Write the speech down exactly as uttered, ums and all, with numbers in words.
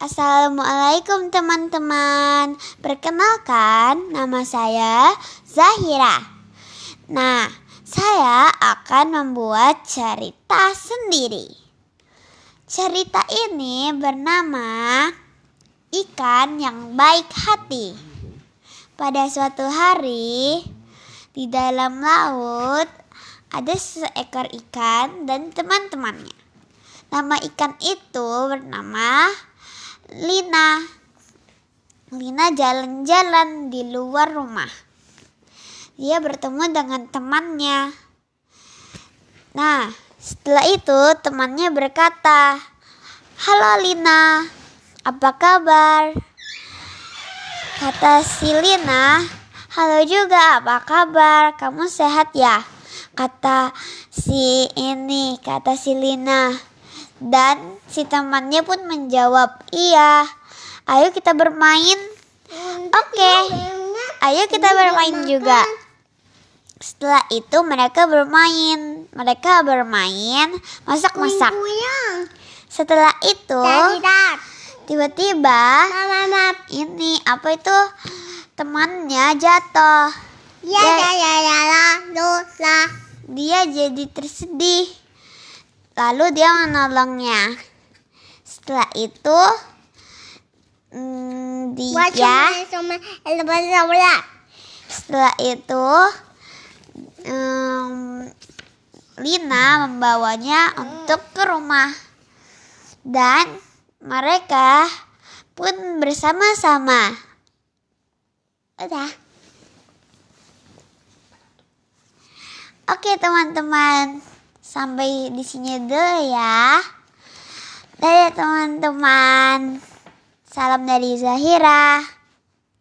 Assalamualaikum teman-teman. Perkenalkan, nama saya Zahira. Nah, saya akan membuat cerita sendiri. Cerita ini bernama Ikan yang Baik Hati. Pada suatu hari, di dalam laut ada seekor ikan dan teman-temannya. Nama ikan itu bernama Lina. Lina jalan-jalan di luar rumah. Dia bertemu dengan temannya. Nah, setelah itu temannya berkata, "Halo Lina, apa kabar?" Kata si Lina, "Halo juga, apa kabar? Kamu sehat ya?" Kata si ini, kata si Lina. Dan si temannya pun menjawab, "Iya, ayo kita bermain." Oke, okay. Ayo kita bermain juga. Setelah itu mereka bermain. Mereka bermain masak-masak. Setelah itu tiba-tiba ini apa itu temannya jatuh. Ya, ya, ya, ya, ya, dosa. Dia jadi tersedih. Lalu dia menolongnya. Setelah itu hmm, dia setelah itu hmm, Lina membawanya untuk ke rumah. Dan mereka pun bersama-sama. Udah. Oke teman-teman. Sampai di sini dulu ya. Dadah teman-teman. Salam dari Zahira.